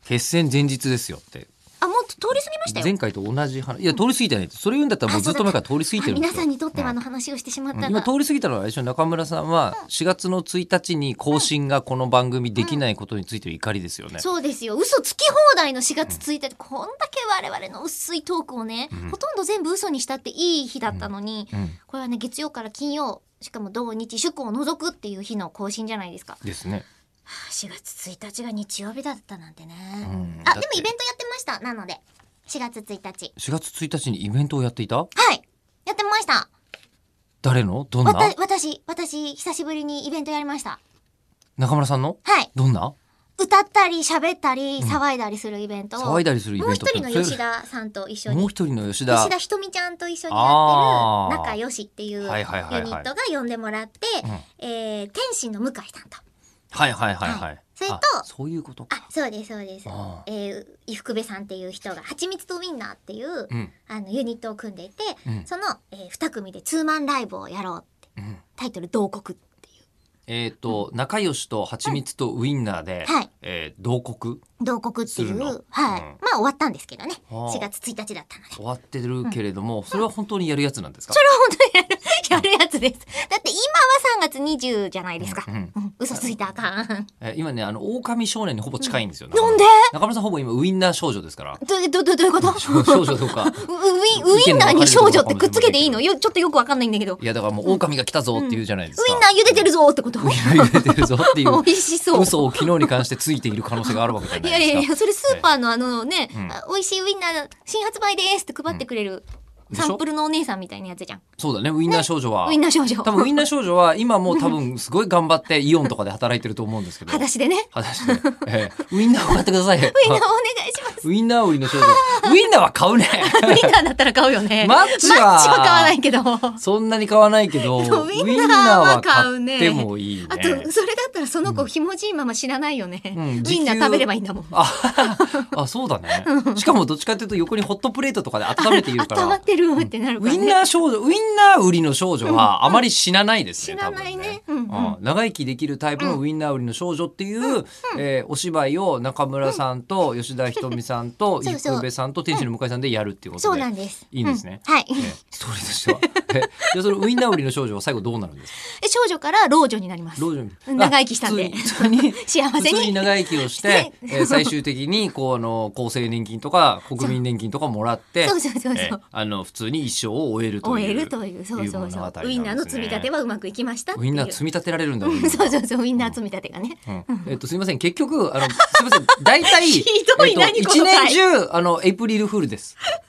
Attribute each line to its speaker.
Speaker 1: 決戦前日ですよって。
Speaker 2: もっと通り過ぎましたよ。
Speaker 1: 前回と同じ話。いや通り過ぎてない。それ言うんだったらもうずっと前から通り過ぎてるんですよ。
Speaker 2: 皆さんにとってはの話をしてしまったが、
Speaker 1: 今通り過ぎたのは一緒に中村さんは4月の1日に更新がこの番組できないことについて怒りですよね。
Speaker 2: そうですよ。嘘つき放題の4月1日、こんだけ我々の薄いトークをね、ほとんど全部嘘にしたっていい日だったのに、これはね月曜から金曜、しかも土日祝を除くっていう日の更新じゃないですか。
Speaker 1: ですね。
Speaker 2: 4月1日が日曜日だったなんてね。でも
Speaker 1: だって
Speaker 2: イベントやってました。なので4月1日。
Speaker 1: 4月1日にイベントをやっていた？
Speaker 2: はい、やってました。
Speaker 1: 誰の？どんな？
Speaker 2: 私久しぶりにイベントやりました。
Speaker 1: 中村さんの？
Speaker 2: はい。
Speaker 1: どんな？
Speaker 2: 歌ったり喋ったり騒いだりするイベントを、
Speaker 1: 騒いだりするイベント。
Speaker 2: もう一人の吉田さんと一緒に、
Speaker 1: もう一人の吉田
Speaker 2: ひとみちゃんと一緒にやってる仲良しっていうユニットが呼んでもらって、天心の向井さんと、それと
Speaker 1: そういうことか。
Speaker 2: そうですそうです。伊福部さんっていう人がはちみつとウインナーっていう、ユニットを組んでいて、その、2組でツーマンライブをやろうって、タイトル同国っていう。
Speaker 1: 仲良しとはちみつとウインナーで、同国
Speaker 2: っていう、まあ終わったんですけどね。4月1日だったので
Speaker 1: 終わってるけれども、それは本当にやるやつなんですか？
Speaker 2: それは本当にやるやつです。だって今は3月20じゃないですか。嘘ついたらあかん。
Speaker 1: 今ね狼少年にほぼ近いんですよ。
Speaker 2: なんで？
Speaker 1: 中村さんほぼ今ウインナー少女ですから。
Speaker 2: どういうこと？
Speaker 1: 少女とか
Speaker 2: ウインナーに少女ってくっつけていいの？ちょっとよくわかんないんだけど。
Speaker 1: いやだからもう狼が来たぞっていうじゃないですか。
Speaker 2: ウインナー茹でてるぞってこと？
Speaker 1: ウインナー茹でてるぞっていう
Speaker 2: 美味しそう。
Speaker 1: 嘘を昨日に関してついている可能性があるわけじゃないですか。
Speaker 2: いやそれスーパーのね、美味しいウインナー新発売ですって配ってくれるサンプルのお姉さんみたいなやつじゃん。
Speaker 1: そうだね。ウインナー少女は、
Speaker 2: ウインナー少女
Speaker 1: 多分ウインナー少女は今も多分すごい頑張ってイオンとかで働いてると思うんですけど。
Speaker 2: 裸足でね。
Speaker 1: 裸足で、ウインナーを買ってください。ウイン
Speaker 2: ナーお願いします。
Speaker 1: ウインナー売りの少女。ウインナーは買うね。
Speaker 2: ウインナーだったら買うよね。
Speaker 1: マッチは
Speaker 2: 買わないけど。
Speaker 1: そんなに買わないけど、ウインナーは買ってもいいね。
Speaker 2: あとそれだったらその子ひもじいまま知らないよね。ウインナー食べればいいんだもん。
Speaker 1: そうだね。しかもどっちかというと横にホットプレートとかで温めているから。
Speaker 2: 温まってるってなるからね。
Speaker 1: ウインナー売りの少女はあまり死なないですね。
Speaker 2: 知らないね。
Speaker 1: 長生きできるタイプのウインナー売りの少女っていうお芝居を中村さんと吉田ひとみさんと伊福部さんと天使の向井さんでやるっていうことで。
Speaker 2: そうなんです。
Speaker 1: いいんですね。
Speaker 2: はい。
Speaker 1: ストーリーとしては。じゃあそのウインナー売りの少女は最後どうなるんですか？
Speaker 2: 少女から老女になります。長生きしたんで。
Speaker 1: 普通に
Speaker 2: 幸せに
Speaker 1: 長生きをして最終的にこう厚生年金とか国民年金とかもらって、普通に一生を終えるという。
Speaker 2: そうウインナーの積み立てはうまくいきましたっていう。
Speaker 1: ウインナー積み立てられるんだ。
Speaker 2: そうウインナー積み立てがね。
Speaker 1: すみません結局すみません大体
Speaker 2: ひどい何この
Speaker 1: 一年中エイプリルフールです。